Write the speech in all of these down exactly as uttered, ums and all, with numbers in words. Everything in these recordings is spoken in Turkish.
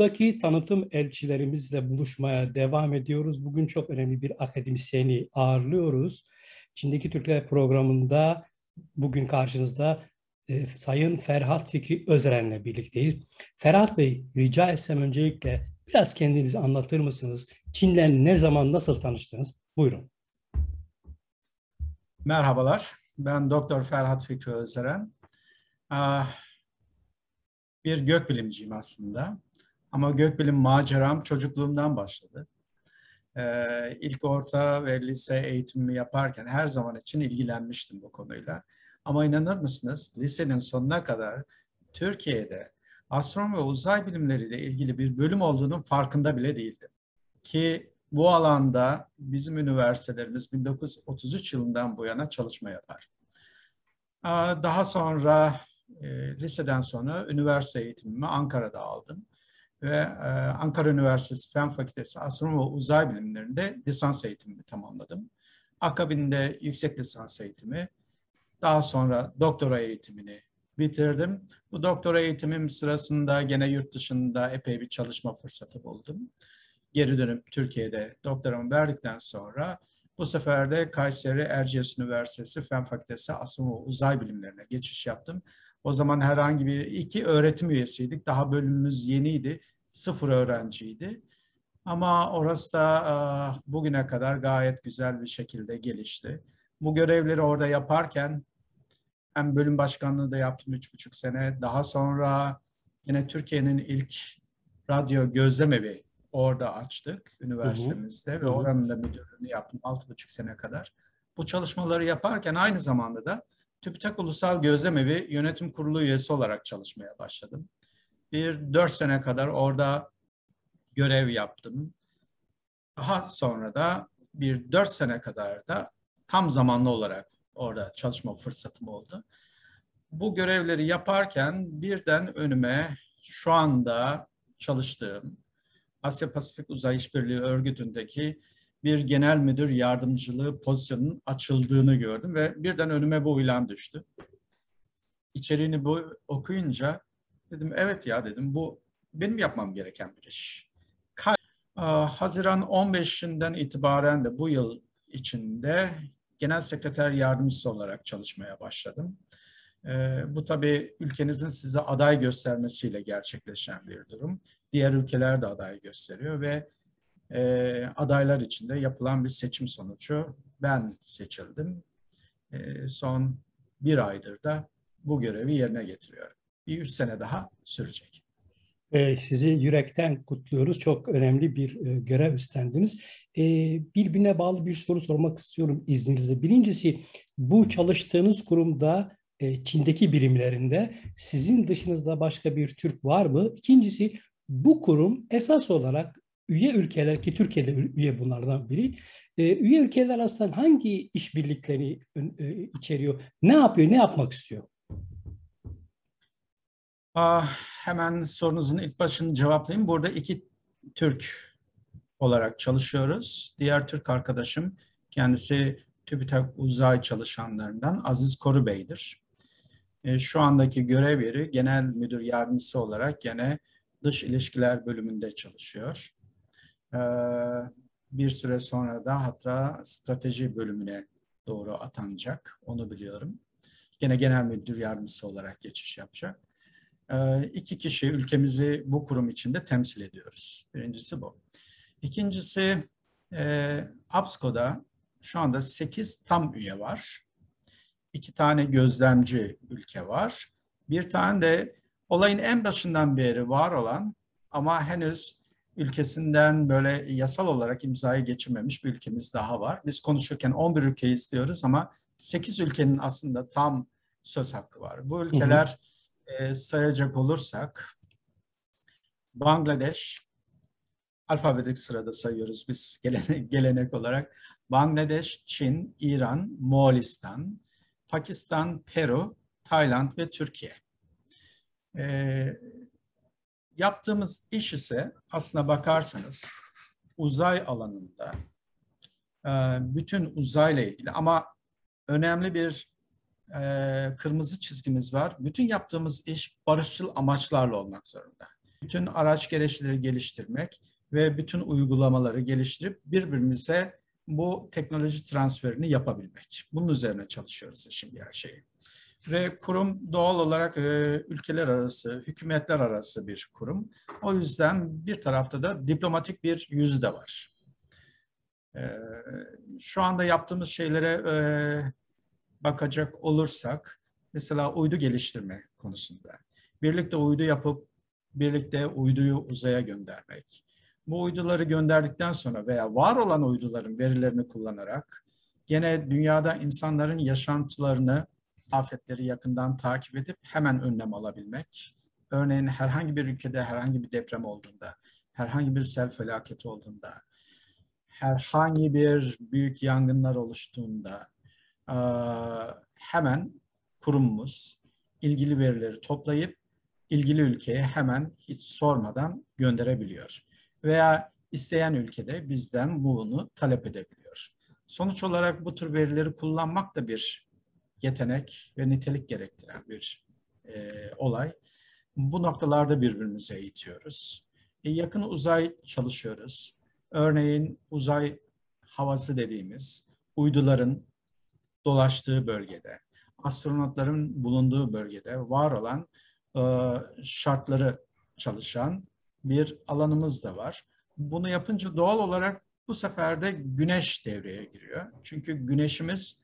Buradaki tanıtım elçilerimizle buluşmaya devam ediyoruz. Bugün çok önemli bir akademisyeni ağırlıyoruz. Çin'deki Türkler programında bugün karşınızda e, Sayın Ferhat Fikri Özeren'le birlikteyiz. Ferhat Bey, rica etsem öncelikle biraz kendinizi anlatır mısınız? Çin'le ne zaman, nasıl tanıştınız? Buyurun. Merhabalar, ben Doktor Ferhat Fikri Özeren. Bir gökbilimciyim aslında. Ama gökbilim maceram çocukluğumdan başladı. Ee, ilk orta ve lise eğitimimi yaparken her zaman için ilgilenmiştim bu konuyla. Ama inanır mısınız, lisenin sonuna kadar Türkiye'de astronomi ve uzay bilimleriyle ilgili bir bölüm olduğunun farkında bile değildim. Ki bu alanda bizim üniversitelerimiz bin dokuz yüz otuz üç yılından bu yana çalışma yapar. Daha sonra e, liseden sonra üniversite eğitimimi Ankara'da aldım. Ve e, Ankara Üniversitesi Fen Fakültesi Astronomi ve Uzay Bilimlerinde lisans eğitimimi tamamladım. Akabinde yüksek lisans eğitimi, daha sonra doktora eğitimini bitirdim. Bu doktora eğitimim sırasında gene yurt dışında epey bir çalışma fırsatı buldum. Geri dönüp Türkiye'de doktoramı verdikten sonra bu sefer de Kayseri Erciyes Üniversitesi Fen Fakültesi Astronomi ve Uzay Bilimlerine geçiş yaptım. O zaman herhangi bir iki öğretim üyesiydik. Daha bölümümüz yeniydi. Sıfır öğrenciydi. Ama orası da bugüne kadar gayet güzel bir şekilde gelişti. Bu görevleri orada yaparken hem bölüm başkanlığı da yaptım üç buçuk sene. Daha sonra yine Türkiye'nin ilk radyo gözlemevi orada açtık üniversitemizde Hı hı. ve oranın da müdürlüğünü yaptım altı buçuk sene kadar. Bu çalışmaları yaparken aynı zamanda da TÜBİTAK Ulusal Gözlemevi Yönetim Kurulu üyesi olarak çalışmaya başladım. Bir dört sene kadar orada görev yaptım. Daha sonra da bir dört sene kadar da tam zamanlı olarak orada çalışma fırsatım oldu. Bu görevleri yaparken birden önüme şu anda çalıştığım Asya Pasifik Uzay İşbirliği Örgütü'ndeki bir genel müdür yardımcılığı pozisyonunun açıldığını gördüm ve birden önüme bu ilan düştü. İçeriğini bu okuyunca dedim evet ya dedim bu benim yapmam gereken bir iş. Haziran on beşinden itibaren de bu yıl içinde genel sekreter yardımcısı olarak çalışmaya başladım. Ee, bu tabii ülkenizin size aday göstermesiyle gerçekleşen bir durum. Diğer ülkeler de aday gösteriyor ve e, adaylar içinde yapılan bir seçim sonucu ben seçildim. E, son bir aydır da bu görevi yerine getiriyorum. Bir üç sene daha sürecek. Ee, Sizi yürekten kutluyoruz. Çok önemli bir e, görev üstlendiniz. Ee, Birbirine bağlı bir soru sormak istiyorum izninizle. Birincisi, bu çalıştığınız kurumda e, Çin'deki birimlerinde sizin dışınızda başka bir Türk var mı? İkincisi, bu kurum esas olarak üye ülkeler, ki Türkiye'de üye bunlardan biri, e, üye ülkeler aslında hangi işbirlikleri e, içeriyor? Ne yapıyor, ne yapmak istiyor? Ah, hemen sorunuzun ilk başını cevaplayayım. Burada iki Türk olarak çalışıyoruz. Diğer Türk arkadaşım kendisi TÜBİTAK uzay çalışanlarından Aziz Koru Bey'dir. E, şu andaki görev yeri genel müdür yardımcısı olarak gene dış ilişkiler bölümünde çalışıyor. E, bir süre sonra da hatta strateji bölümüne doğru atanacak. Onu biliyorum. Gene genel müdür yardımcısı olarak geçiş yapacak. E, iki kişi ülkemizi bu kurum içinde temsil ediyoruz. Birincisi bu. İkincisi e, APSCO'da şu anda sekiz tam üye var. İki tane gözlemci ülke var. Bir tane de olayın en başından beri var olan ama henüz ülkesinden böyle yasal olarak imzayı geçirmemiş bir ülkemiz daha var. Biz konuşurken on bir ülkeyiz diyoruz ama sekiz ülkenin aslında tam söz hakkı var. Bu Hı hı. ülkeler e, sayacak olursak Bangladeş, alfabetik sırada sayıyoruz biz gelenek, gelenek olarak. Bangladeş, Çin, İran, Moğolistan, Pakistan, Peru, Tayland ve Türkiye. Ee, yaptığımız iş ise aslına bakarsanız uzay alanında e, bütün uzayla ilgili ama önemli bir e, kırmızı çizgimiz var. Bütün yaptığımız iş barışçıl amaçlarla olmak zorunda. bütün araç gereçleri geliştirmek ve bütün uygulamaları geliştirip birbirimize bu teknoloji transferini yapabilmek. Bunun üzerine çalışıyoruz şimdi her şeyi. Ve kurum doğal olarak e, ülkeler arası, hükümetler arası bir kurum. O yüzden bir tarafta da diplomatik bir yüzü de var. E, şu anda yaptığımız şeylere e, bakacak olursak, mesela uydu geliştirme konusunda. Birlikte uydu yapıp, birlikte uyduyu uzaya göndermek. Bu uyduları gönderdikten sonra veya var olan uyduların verilerini kullanarak gene dünyada insanların yaşantılarını, afetleri yakından takip edip hemen önlem alabilmek. Örneğin herhangi bir ülkede herhangi bir deprem olduğunda, herhangi bir sel felaketi olduğunda, herhangi bir büyük yangınlar oluştuğunda hemen kurumumuz ilgili verileri toplayıp ilgili ülkeye hemen hiç sormadan gönderebiliyor. Veya isteyen ülkede bizden bunu talep edebiliyor. Sonuç olarak bu tür verileri kullanmak da bir yetenek ve nitelik gerektiren bir e, olay. Bu noktalarda birbirimize eğitiyoruz. E, yakın uzay çalışıyoruz. Örneğin uzay havası dediğimiz uyduların dolaştığı bölgede, astronotların bulunduğu bölgede var olan e, şartları çalışan bir alanımız da var. Bunu yapınca doğal olarak bu sefer de güneş devreye giriyor. Çünkü güneşimiz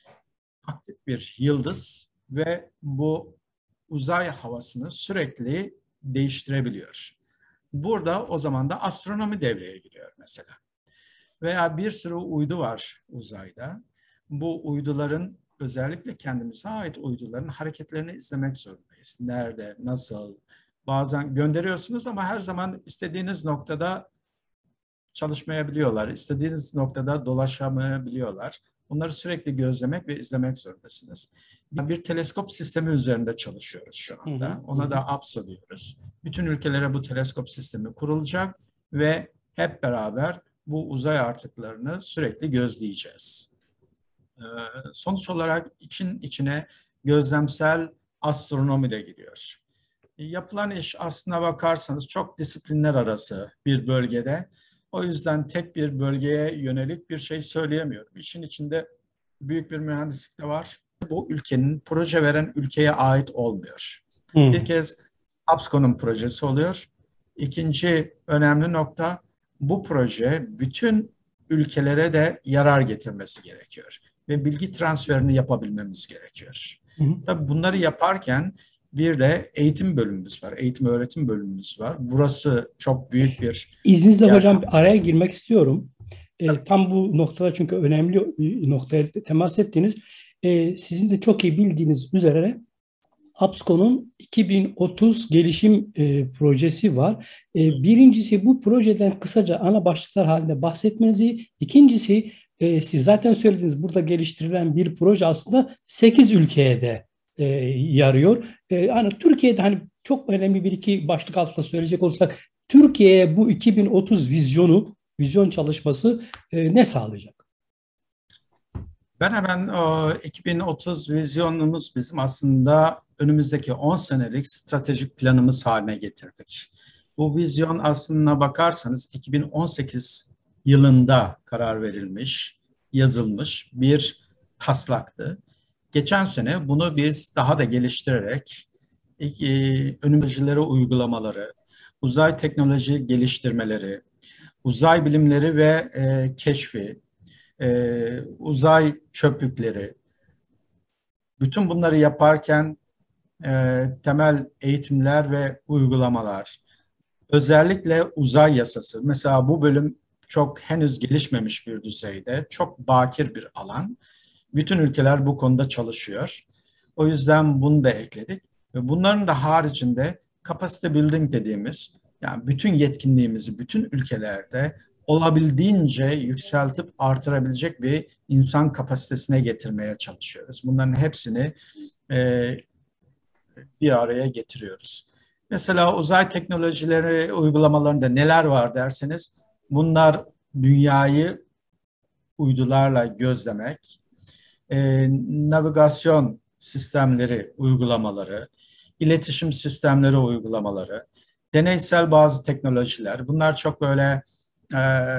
aktif bir yıldız ve bu uzay havasını sürekli değiştirebiliyor. Burada o zaman da astronomi devreye giriyor mesela. Veya bir sürü uydu var uzayda. Bu uyduların, özellikle kendimize ait uyduların hareketlerini izlemek zorundayız. Nerede, nasıl? Bazen gönderiyorsunuz ama her zaman istediğiniz noktada çalışmayabiliyorlar. İstediğiniz noktada dolaşamayabiliyorlar. Bunları sürekli gözlemek ve izlemek zorundasınız. Bir teleskop sistemi üzerinde çalışıyoruz şu anda. Hı hı, Ona hı. da A P S O diyoruz. Bütün ülkelere bu teleskop sistemi kurulacak ve hep beraber bu uzay artıklarını sürekli gözleyeceğiz. Ee, sonuç olarak için içine gözlemsel astronomi de giriyor. Yapılan iş aslına bakarsanız çok disiplinler arası bir bölgede. O yüzden tek bir bölgeye yönelik bir şey söyleyemiyorum. İşin içinde büyük bir mühendislik de var. Bu ülkenin, proje veren ülkeye ait olmuyor. Hmm. Bir kez A P S C O'nun projesi oluyor. İkinci önemli nokta, bu proje bütün ülkelere de yarar getirmesi gerekiyor. Ve bilgi transferini yapabilmemiz gerekiyor. Hı hı. Tabii bunları yaparken bir de eğitim bölümümüz var. Eğitim öğretim bölümümüz var. Burası çok büyük bir... İzninizle hocam kaplı. Araya girmek istiyorum. E, tam bu noktada çünkü önemli noktaya temas ettiniz. E, sizin de çok iyi bildiğiniz üzere A P S C O'nun iki bin otuz gelişim e, projesi var. E, birincisi bu projeden kısaca ana başlıklar halinde bahsetmenizi. İkincisi e, siz zaten söylediniz, burada geliştirilen bir proje aslında sekiz ülkeye de e, yarıyor. E, hani Türkiye'de hani çok önemli bir iki başlık altında söyleyecek olursak Türkiye'ye bu iki bin otuz vizyonu, vizyon çalışması e, ne sağlayacak? Ben hemen o iki bin otuz vizyonumuz bizim aslında önümüzdeki on senelik stratejik planımız haline getirdik. Bu vizyon aslına bakarsanız iki bin on sekiz yılında karar verilmiş, yazılmış bir taslaktı. Geçen sene bunu biz daha da geliştirerek önümüzdeki uygulamaları, uzay teknoloji geliştirmeleri, uzay bilimleri ve e, keşfi, e, uzay çöplükleri, bütün bunları yaparken e, temel eğitimler ve uygulamalar, özellikle uzay yasası. Mesela bu bölüm çok henüz gelişmemiş bir düzeyde, çok bakir bir alan. Bütün ülkeler bu konuda çalışıyor. O yüzden bunu da ekledik. Ve bunların da haricinde capacity building dediğimiz, yani bütün yetkinliğimizi bütün ülkelerde olabildiğince yükseltip artırabilecek bir insan kapasitesine getirmeye çalışıyoruz. Bunların hepsini e, bir araya getiriyoruz. Mesela uzay teknolojileri uygulamalarında neler var derseniz, bunlar dünyayı uydularla gözlemek, e, navigasyon sistemleri uygulamaları, iletişim sistemleri uygulamaları, deneysel bazı teknolojiler. Bunlar çok böyle e,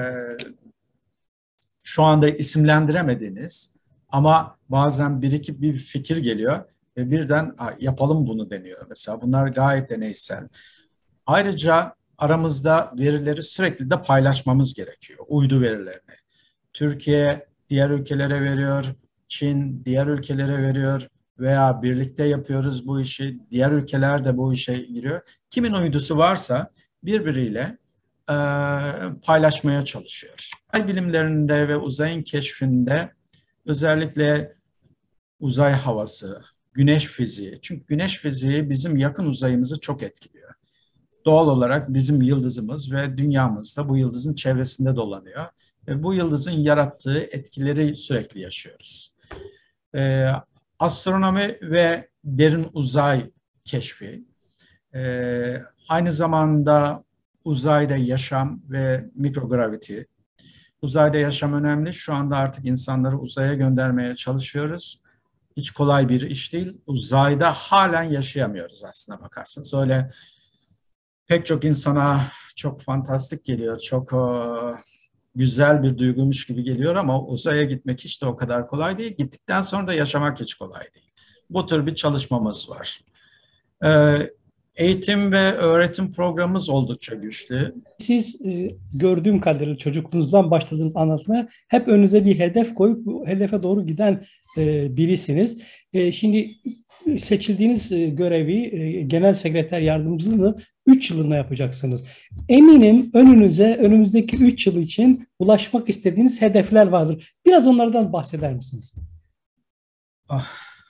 şu anda isimlendiremediğiniz ama bazen birikip bir fikir geliyor ve birden yapalım bunu deniyor. Mesela bunlar gayet deneysel. Ayrıca aramızda verileri sürekli de paylaşmamız gerekiyor. Uydu verilerini. Türkiye diğer ülkelere veriyor, Çin diğer ülkelere veriyor veya birlikte yapıyoruz bu işi. Diğer ülkeler de bu işe giriyor. Kimin uydusu varsa birbiriyle e, paylaşmaya çalışıyor. Uzay bilimlerinde ve uzayın keşfinde özellikle uzay havası, güneş fiziği. Çünkü güneş fiziği bizim yakın uzayımızı çok etkiliyor. Doğal olarak bizim yıldızımız ve dünyamız da bu yıldızın çevresinde dolanıyor. Ve bu yıldızın yarattığı etkileri sürekli yaşıyoruz. Ee, astronomi ve derin uzay keşfi, ee, aynı zamanda uzayda yaşam ve mikrogravity. Uzayda yaşam önemli. Şu anda artık insanları uzaya göndermeye çalışıyoruz. Hiç kolay bir iş değil. Uzayda halen yaşayamıyoruz aslına bakarsanız. Öyle pek çok insana çok fantastik geliyor, çok uh, güzel bir duyguymuş gibi geliyor ama uzaya gitmek hiç de o kadar kolay değil. Gittikten sonra da yaşamak hiç kolay değil. Bu tür bir çalışmamız var. Ee, eğitim ve öğretim programımız oldukça güçlü. Siz e, gördüğüm kadarıyla çocukluğunuzdan başladığınız anlatmaya hep önünüze bir hedef koyup bu hedefe doğru giden e, birisiniz. E, şimdi seçildiğiniz e, görevi, e, genel sekreter yardımcılığını üç yılında yapacaksınız. Eminim önünüze, önümüzdeki üç yıl için ulaşmak istediğiniz hedefler vardır. Biraz onlardan bahseder misiniz? Ah,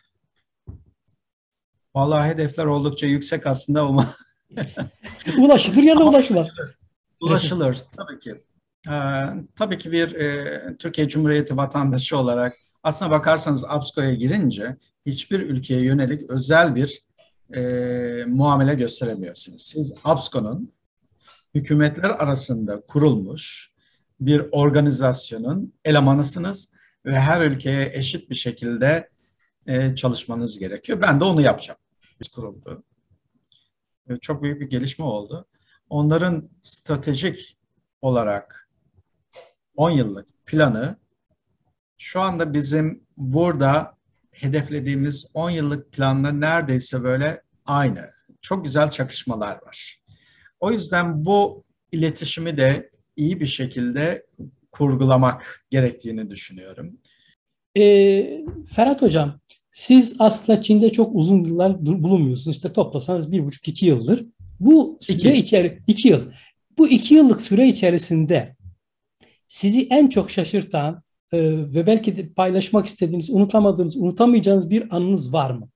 vallahi hedefler oldukça yüksek aslında ama Ulaşılır ya da ama ulaşılamaz. ulaşılır. Ulaşılır tabii ki. Ee, tabii ki bir e, Türkiye Cumhuriyeti vatandaşı olarak aslına bakarsanız APSCO'ya girince hiçbir ülkeye yönelik özel bir e, muamele gösteremiyorsunuz. Siz APSCO'nun hükümetler arasında kurulmuş bir organizasyonun elemanısınız ve her ülkeye eşit bir şekilde e, çalışmanız gerekiyor. Ben de onu yapacağım. Biz kuruldu. E, çok büyük bir gelişme oldu. Onların stratejik olarak on yıllık planı şu anda bizim burada hedeflediğimiz on yıllık planla neredeyse böyle aynı. Çok güzel çakışmalar var. O yüzden bu iletişimi de iyi bir şekilde kurgulamak gerektiğini düşünüyorum. E, Ferhat Hocam, siz aslında Çin'de çok uzun yıllar bulunmuyorsunuz. İşte toplasanız bir buçuk iki yıldır. Bu süre İki, içeri iki yıl. Bu iki yıllık süre içerisinde sizi en çok şaşırtan e, ve belki de paylaşmak istediğiniz, unutamadığınız, unutamayacağınız bir anınız var mı?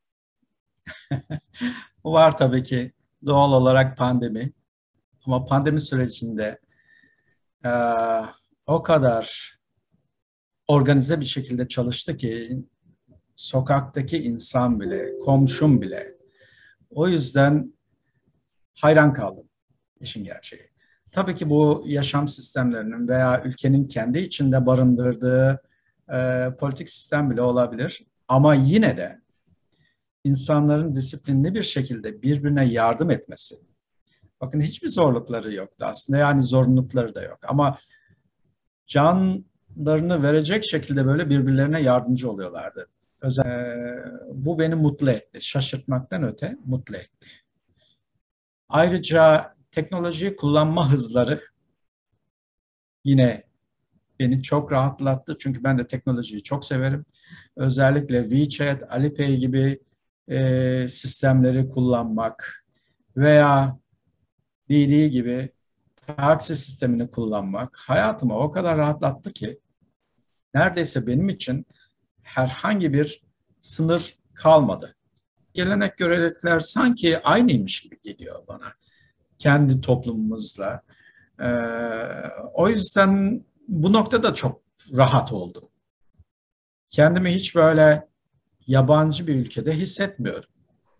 var tabii ki doğal olarak pandemi. Ama pandemi sürecinde e, o kadar organize bir şekilde çalıştı ki sokaktaki insan bile, komşum bile. O yüzden hayran kaldım işin gerçeği. Tabii ki bu yaşam sistemlerinin veya ülkenin kendi içinde barındırdığı e, politik sistem bile olabilir. Ama yine de insanların disiplinli bir şekilde birbirine yardım etmesi. Bakın hiçbir zorlukları yoktu aslında, yani zorunlulukları da yok. Ama canlarını verecek şekilde böyle birbirlerine yardımcı oluyorlardı. Özel, e, bu beni mutlu etti. Şaşırtmaktan öte mutlu etti. Ayrıca teknolojiyi kullanma hızları yine beni çok rahatlattı. Çünkü ben de teknolojiyi çok severim. Özellikle WeChat, Alipay gibi e, sistemleri kullanmak veya Didi gibi taksi sistemini kullanmak hayatımı o kadar rahatlattı ki neredeyse benim için herhangi bir sınır kalmadı. Gelenek görenekler sanki aynıymış gibi geliyor bana kendi toplumumuzla. Ee, o yüzden bu noktada çok rahat oldum. Kendimi hiç böyle yabancı bir ülkede hissetmiyorum.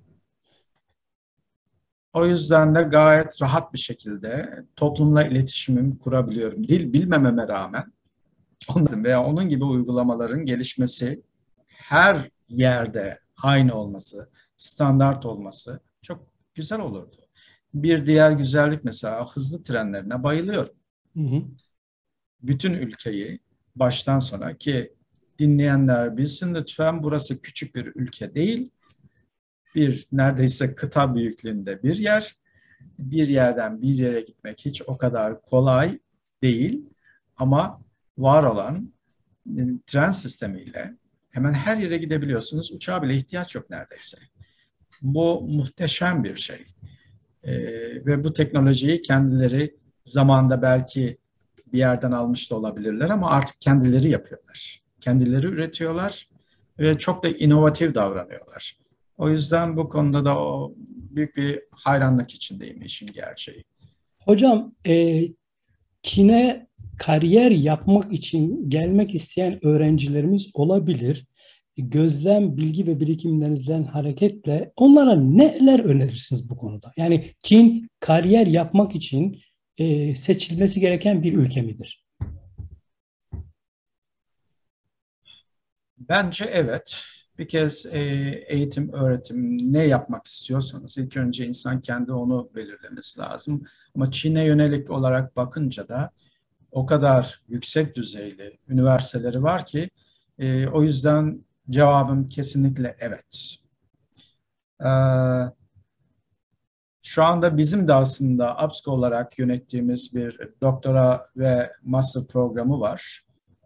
O yüzden de gayet rahat bir şekilde toplumla iletişimimi kurabiliyorum. Dil bilmememe rağmen onların veya onun gibi uygulamaların gelişmesi, her yerde aynı olması, standart olması çok güzel olurdu. Bir diğer güzellik mesela hızlı trenlerine bayılıyorum. Hı hı. Bütün ülkeyi baştan sona, ki dinleyenler bilsin lütfen, burası küçük bir ülke değil. Bir neredeyse kıta büyüklüğünde bir yer. Bir yerden bir yere gitmek hiç o kadar kolay değil. Ama var olan e, tren sistemiyle hemen her yere gidebiliyorsunuz. Uçağa bile ihtiyaç yok neredeyse. Bu muhteşem bir şey. Ee, ve bu teknolojiyi kendileri zamanda belki bir yerden almış da olabilirler ama artık kendileri yapıyorlar. Kendileri üretiyorlar ve çok da inovatif davranıyorlar. O yüzden bu konuda da o büyük bir hayranlık içindeyim işin gerçeği. Hocam, e, Çin'e kariyer yapmak için gelmek isteyen öğrencilerimiz olabilir. Gözlem, bilgi ve birikimlerinizden hareketle onlara neler önerirsiniz bu konuda? Yani Çin kariyer yapmak için e, seçilmesi gereken bir ülke midir? Bence evet. Bir kez e, eğitim, öğretim ne yapmak istiyorsanız ilk önce insan kendi onu belirlemesi lazım. Ama Çin'e yönelik olarak bakınca da o kadar yüksek düzeyli üniversiteleri var ki e, o yüzden cevabım kesinlikle evet. Ee, Şu anda bizim de aslında APSCO olarak yönettiğimiz bir doktora ve master programı var.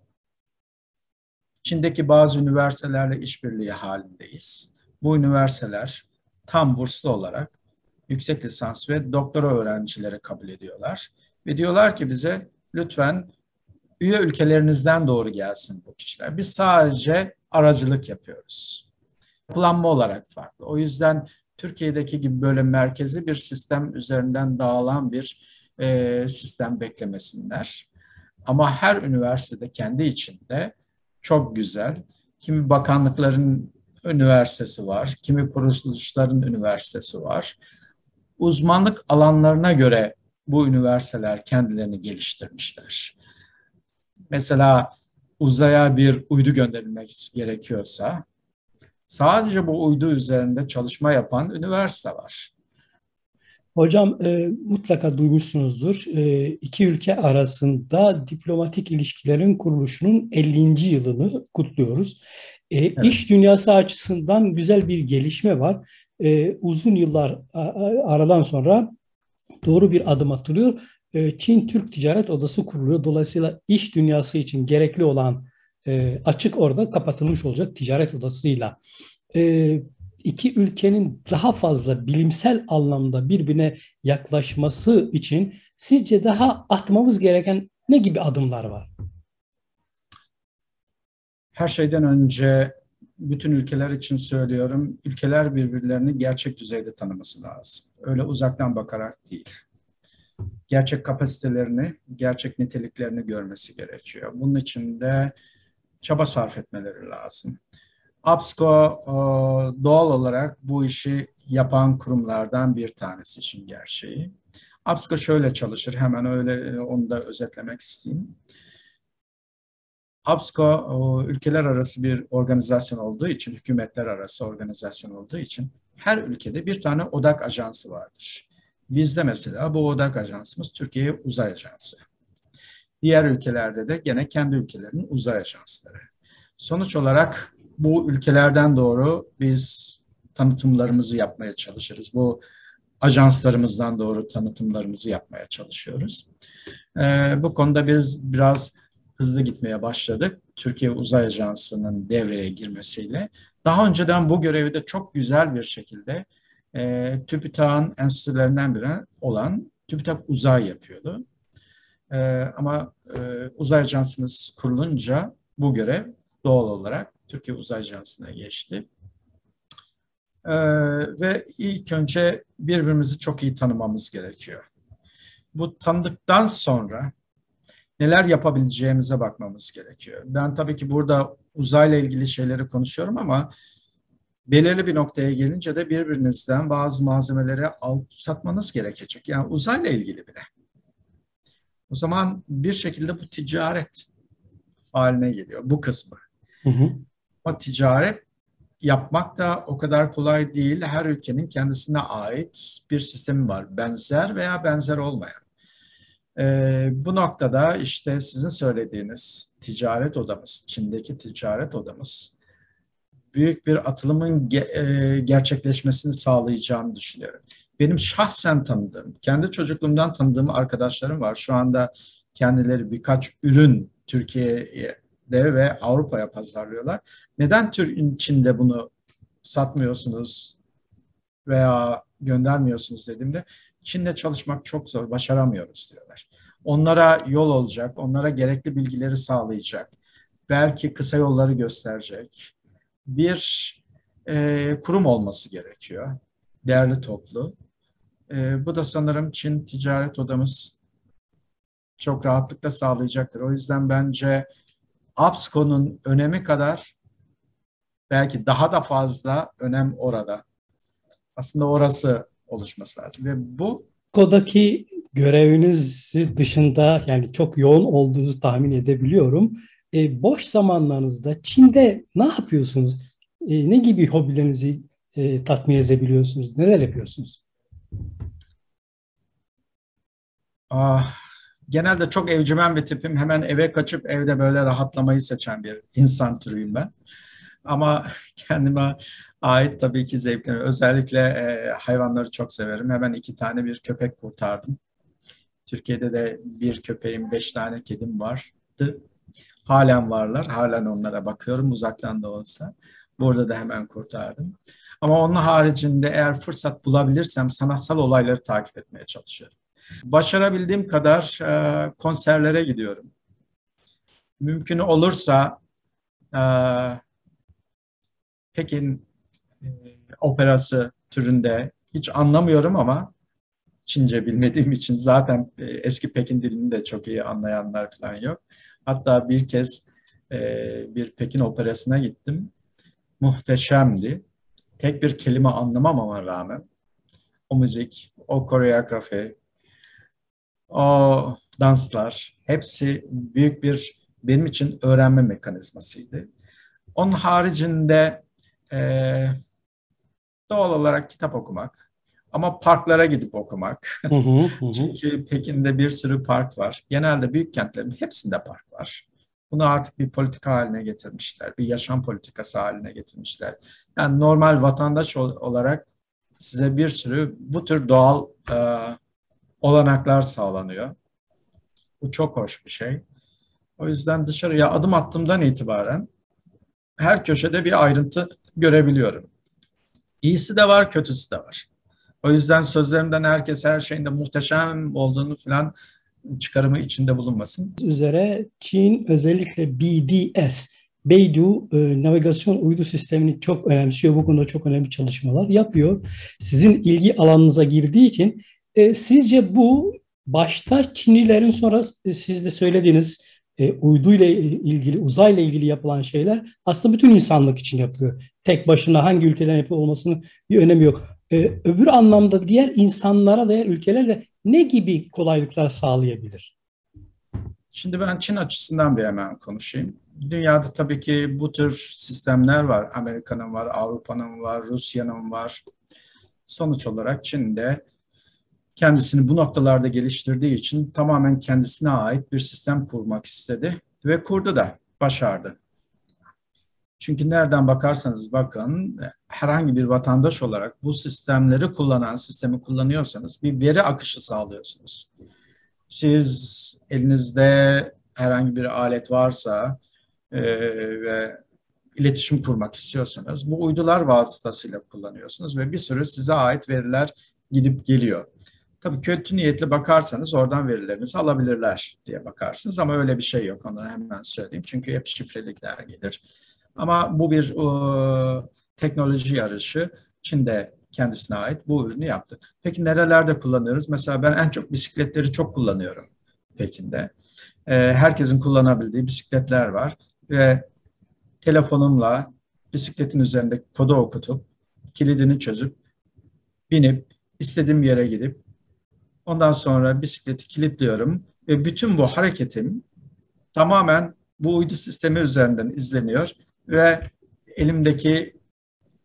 Çin'deki bazı üniversitelerle işbirliği halindeyiz. Bu üniversiteler tam burslu olarak yüksek lisans ve doktora öğrencileri kabul ediyorlar. Ve diyorlar ki bize lütfen üye ülkelerinizden doğru gelsin bu kişiler. Biz sadece aracılık yapıyoruz. Yapılanma olarak farklı. O yüzden Türkiye'deki gibi böyle merkezi bir sistem üzerinden dağılan bir e, sistem beklemesinler. Ama her üniversitede kendi içinde çok güzel. Kimi bakanlıkların üniversitesi var, kimi kuruluşların üniversitesi var. Uzmanlık alanlarına göre bu üniversiteler kendilerini geliştirmişler. Mesela uzaya bir uydu gönderilmek gerekiyorsa sadece bu uydu üzerinde çalışma yapan üniversite var. Hocam, e, mutlaka duymuşsunuzdur. E, iki ülke arasında diplomatik ilişkilerin kuruluşunun ellinci yılını kutluyoruz. E, Evet. iş dünyası açısından güzel bir gelişme var. E, uzun yıllar a- a- aradan sonra doğru bir adım atılıyor. E, Çin-Türk Ticaret Odası kuruluyor. Dolayısıyla iş dünyası için gerekli olan e, açık orada kapatılmış olacak ticaret odasıyla. E, iki ülkenin daha fazla bilimsel anlamda birbirine yaklaşması için sizce daha atmamız gereken ne gibi adımlar var? Her şeyden önce bütün ülkeler için söylüyorum, ülkeler birbirlerini gerçek düzeyde tanıması lazım. Öyle uzaktan bakarak değil. Gerçek kapasitelerini, gerçek niteliklerini görmesi gerekiyor. Bunun için de çaba sarf etmeleri lazım. APSCO doğal olarak bu işi yapan kurumlardan bir tanesi için gerçeği. APSCO şöyle çalışır, hemen öyle onu da özetlemek isteyeyim. APSCO ülkeler arası bir organizasyon olduğu için, hükümetler arası organizasyon olduğu için her ülkede bir tane odak ajansı vardır. Bizde mesela bu odak ajansımız Türkiye Uzay Ajansı. Diğer ülkelerde de gene kendi ülkelerinin uzay ajansları. Sonuç olarak bu ülkelerden doğru biz tanıtımlarımızı yapmaya çalışırız. Bu ajanslarımızdan doğru tanıtımlarımızı yapmaya çalışıyoruz. Ee, bu konuda biz biraz hızlı gitmeye başladık. Türkiye Uzay Ajansı'nın devreye girmesiyle. Daha önceden bu görevi de çok güzel bir şekilde e, TÜBİTAK'ın enstitülerinden biri olan TÜBİTAK Uzay yapıyordu. E, ama e, Uzay Ajansımız kurulunca bu görev doğal olarak Türkiye Uzay Ajansı'na geçti. E, ve ilk önce birbirimizi çok iyi tanımamız gerekiyor. Bu tanıdıktan sonra neler yapabileceğimize bakmamız gerekiyor. Ben tabii ki burada uzayla ilgili şeyleri konuşuyorum ama belirli bir noktaya gelince de birbirinizden bazı malzemeleri alıp satmanız gerekecek. Yani uzayla ilgili bile. O zaman bir şekilde bu ticaret haline geliyor, bu kısmı. Hı hı. Ama ticaret yapmak da o kadar kolay değil. Her ülkenin kendisine ait bir sistemi var. Benzer veya benzer olmayan. Ee, bu noktada işte sizin söylediğiniz ticaret odamız, Çin'deki ticaret odamız büyük bir atılımın ge- e, gerçekleşmesini sağlayacağını düşünüyorum. Benim şahsen tanıdığım, kendi çocukluğumdan tanıdığım arkadaşlarım var. Şu anda kendileri birkaç ürün Türkiye'de ve Avrupa'ya pazarlıyorlar. Neden Türk Çin'de bunu satmıyorsunuz veya göndermiyorsunuz dediğimde Çin'de çalışmak çok zor, başaramıyoruz diyorlar. Onlara yol olacak, onlara gerekli bilgileri sağlayacak, belki kısa yolları gösterecek bir e, kurum olması gerekiyor. Değerli toplu. E, bu da sanırım Çin Ticaret Odamız çok rahatlıkla sağlayacaktır. O yüzden bence APSCO'nun önemi kadar belki daha da fazla önem orada. Aslında orası oluşması lazım. Ve bu Kodaki göreviniz dışında yani çok yoğun olduğunuzu tahmin edebiliyorum. E, boş zamanlarınızda Çin'de ne yapıyorsunuz? E, ne gibi hobilerinizi e, tatmin edebiliyorsunuz? Neler yapıyorsunuz? ah, genelde çok evcimen bir tipim. Hemen eve kaçıp evde böyle rahatlamayı seçen bir insan türüyüm ben. Ama kendime ait tabii ki zevklerim. Özellikle e, hayvanları çok severim. Hemen iki tane bir köpek kurtardım. Türkiye'de de bir köpeğim, beş tane kedim vardı. Halen varlar. Halen onlara bakıyorum uzaktan da olsa. Burada da hemen kurtardım. Ama onun haricinde eğer fırsat bulabilirsem sanatsal olayları takip etmeye çalışıyorum. Başarabildiğim kadar e, konserlere gidiyorum. Mümkün olursa e, Pekin e, operası türünde hiç anlamıyorum ama Çince bilmediğim için zaten e, eski Pekin dilini de çok iyi anlayanlar falan yok. Hatta bir kez e, bir Pekin operasına gittim. Muhteşemdi. Tek bir kelime anlamamama rağmen o müzik, o koreografi, o danslar hepsi büyük bir benim için öğrenme mekanizmasıydı. Onun haricinde e, doğal olarak kitap okumak ama parklara gidip okumak. Hı hı, hı hı. Çünkü Pekin'de bir sürü park var. Genelde büyük kentlerin hepsinde park var. Bunu artık bir politika haline getirmişler. Bir yaşam politikası haline getirmişler. Yani normal vatandaş olarak size bir sürü bu tür doğal e, olanaklar sağlanıyor. Bu çok hoş bir şey. O yüzden dışarıya adım attığımdan itibaren her köşede bir ayrıntı görebiliyorum. İyisi de var, kötüsü de var. O yüzden sözlerimden herkes her şeyin de muhteşem olduğunu falan çıkarımı içinde bulunmasın. Üzere Çin özellikle B D S, Beidou e, navigasyon uydu sistemini çok önemsiyor. Bu konuda çok önemli çalışmalar yapıyor. Sizin ilgi alanınıza girdiği için e, sizce bu başta Çinlilerin sonra e, siz de söylediğiniz e, uyduyla ilgili, uzayla ilgili yapılan şeyler aslında bütün insanlık için yapılıyor. Tek başına hangi ülkeden yapıyor olmasının bir önemi yok. E, öbür anlamda diğer insanlara, diğer ülkelere ne gibi kolaylıklar sağlayabilir? Şimdi ben Çin açısından bir hemen konuşayım. Dünyada tabii ki bu tür sistemler var. Amerika'nın var, Avrupa'nın var, Rusya'nın var. Sonuç olarak Çin de kendisini bu noktalarda geliştirdiği için tamamen kendisine ait bir sistem kurmak istedi ve kurdu da, başardı. Çünkü nereden bakarsanız bakın herhangi bir vatandaş olarak bu sistemleri kullanan, sistemi kullanıyorsanız bir veri akışı sağlıyorsunuz. Siz elinizde herhangi bir alet varsa e, ve iletişim kurmak istiyorsanız bu uydular vasıtasıyla kullanıyorsunuz ve bir sürü size ait veriler gidip geliyor. Tabii kötü niyetli bakarsanız oradan verilerinizi alabilirler diye bakarsınız ama öyle bir şey yok, onu hemen söyleyeyim. Çünkü hep şifrelikler gelir. Ama bu bir o, teknoloji yarışı. Çin'de kendisine ait bu ürünü yaptı. Peki nerelerde kullanıyoruz? Mesela ben en çok bisikletleri çok kullanıyorum Pekin'de. Ee, herkesin kullanabildiği bisikletler var ve telefonumla bisikletin üzerinde kodu okutup, kilidini çözüp, binip, istediğim yere gidip, ondan sonra bisikleti kilitliyorum ve bütün bu hareketim tamamen bu uydu sistemi üzerinden izleniyor ve elimdeki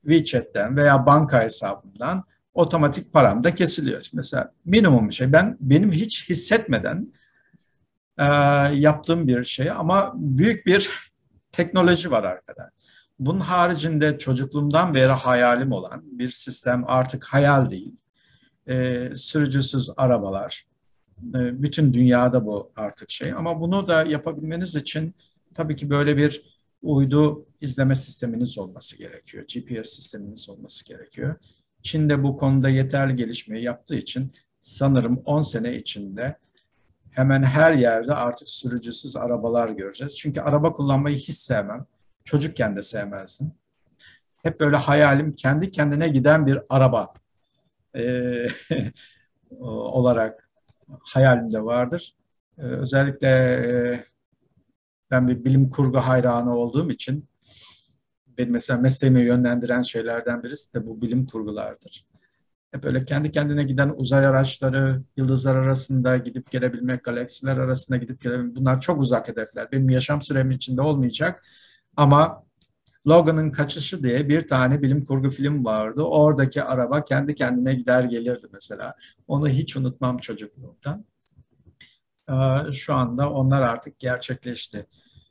WeChat'ten veya banka hesabımdan otomatik param da kesiliyor. Mesela minimum bir şey. Ben benim hiç hissetmeden e, yaptığım bir şey ama büyük bir teknoloji var arkada. Bunun haricinde çocukluğumdan beri hayalim olan bir sistem, artık hayal değil. E, sürücüsüz arabalar. E, bütün dünyada bu artık şey. Ama bunu da yapabilmeniz için tabii ki böyle bir uydu izleme sisteminiz olması gerekiyor. G P S sisteminiz olması gerekiyor. Çin de bu konuda yeterli gelişmeyi yaptığı için sanırım on sene içinde hemen her yerde artık sürücüsüz arabalar göreceğiz. Çünkü araba kullanmayı hiç sevmem. Çocukken de sevmezdim. Hep böyle hayalim kendi kendine giden bir araba e, olarak hayalimde vardır. E, özellikle e, ben bir bilim kurgu hayranı olduğum için benim mesela mesleğimi yönlendiren şeylerden birisi de bu bilim kurgulardır. Hep böyle kendi kendine giden uzay araçları, yıldızlar arasında gidip gelebilmek, galaksiler arasında gidip gelebilmek, bunlar çok uzak hedefler. Benim yaşam süremin içinde olmayacak ama Logan'ın Kaçışı diye bir tane bilim kurgu film vardı. Oradaki araba kendi kendine gider gelirdi mesela. Onu hiç unutmam çocukluğumdan. Şu anda onlar artık gerçekleşti.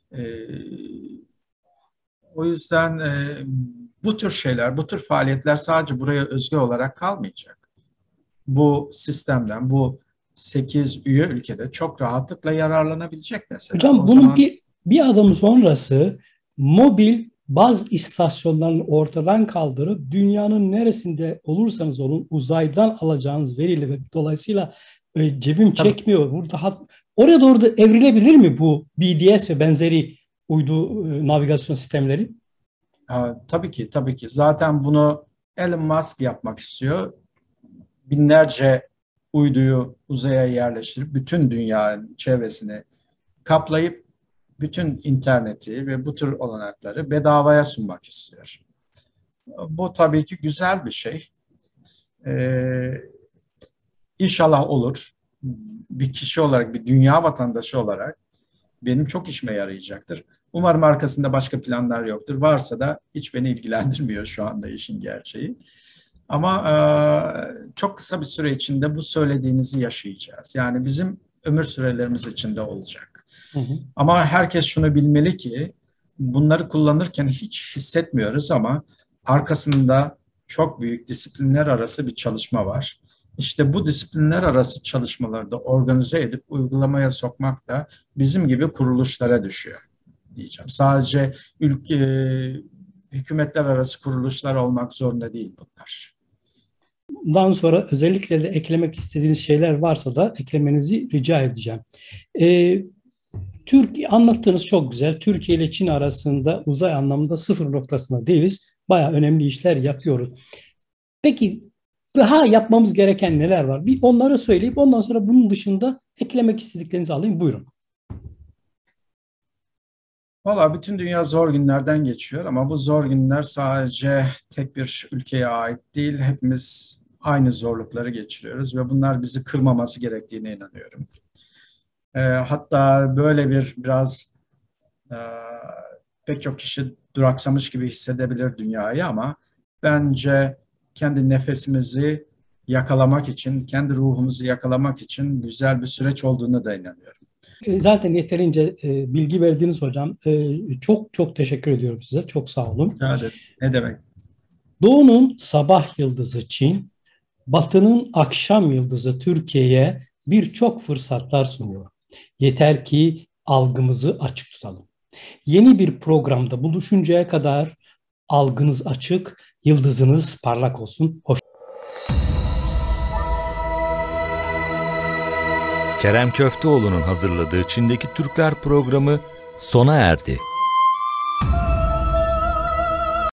O yüzden bu tür şeyler, bu tür faaliyetler sadece buraya özgü olarak kalmayacak. Bu sistemden, bu sekiz üye ülkede çok rahatlıkla yararlanabilecek mesela. Hocam o bunun zaman... bir, bir adım sonrası mobil baz istasyonlarını ortadan kaldırıp dünyanın neresinde olursanız olun uzaydan alacağınız veriyle ve dolayısıyla e, cebim Tabii. çekmiyor. Burada hat, oraya doğru da evrilebilir mi bu B D S ve benzeri uydu e, navigasyon sistemleri? Ha, tabii ki, tabii ki. Zaten bunu Elon Musk yapmak istiyor. Binlerce uyduyu uzaya yerleştirip bütün dünyanın çevresini kaplayıp bütün interneti ve bu tür olanakları bedavaya sunmak istiyor. Bu tabii ki güzel bir şey. Ee, İnşallah olur. Bir kişi olarak, bir dünya vatandaşı olarak benim çok işime yarayacaktır. Umarım arkasında başka planlar yoktur. Varsa da hiç beni ilgilendirmiyor şu anda işin gerçeği. Ama e, çok kısa bir süre içinde bu söylediğinizi yaşayacağız. Yani bizim ömür sürelerimiz içinde olacak. Hı hı. Ama herkes şunu bilmeli ki bunları kullanırken hiç hissetmiyoruz ama arkasında çok büyük disiplinler arası bir çalışma var. İşte bu disiplinler arası çalışmaları da organize edip uygulamaya sokmak da bizim gibi kuruluşlara düşüyor diyeceğim. Sadece ülke, hükümetler arası kuruluşlar olmak zorunda değil bunlar. Bundan sonra özellikle de eklemek istediğiniz şeyler varsa da eklemenizi rica edeceğim. Ee, Türkiye anlattığınız çok güzel. Türkiye ile Çin arasında uzay anlamında sıfır noktasında değiliz. Bayağı önemli işler yapıyoruz. Peki daha yapmamız gereken neler var? Bir onları söyleyip ondan sonra bunun dışında eklemek istediklerinizi alayım. Buyurun. Valla bütün dünya zor günlerden geçiyor ama bu zor günler sadece tek bir ülkeye ait değil. Hepimiz aynı zorlukları geçiriyoruz ve bunlar bizi kırmaması gerektiğine inanıyorum. E, hatta böyle bir biraz e, pek çok kişi duraksamış gibi hissedebilir dünyayı ama bence kendi nefesimizi yakalamak için, kendi ruhumuzu yakalamak için güzel bir süreç olduğunu da inanıyorum. Zaten yeterince e, bilgi verdiniz hocam. E, çok çok teşekkür ediyorum size. Çok sağ olun. Evet, ne demek? Doğu'nun sabah yıldızı Çin, Batı'nın akşam yıldızı Türkiye'ye birçok fırsatlar sunuyor. Yeter ki algımızı açık tutalım. Yeni bir programda buluşuncaya kadar algınız açık, yıldızınız parlak olsun. Hoş Kerem Köfteoğlu'nun hazırladığı Çin'deki Türkler programı sona erdi.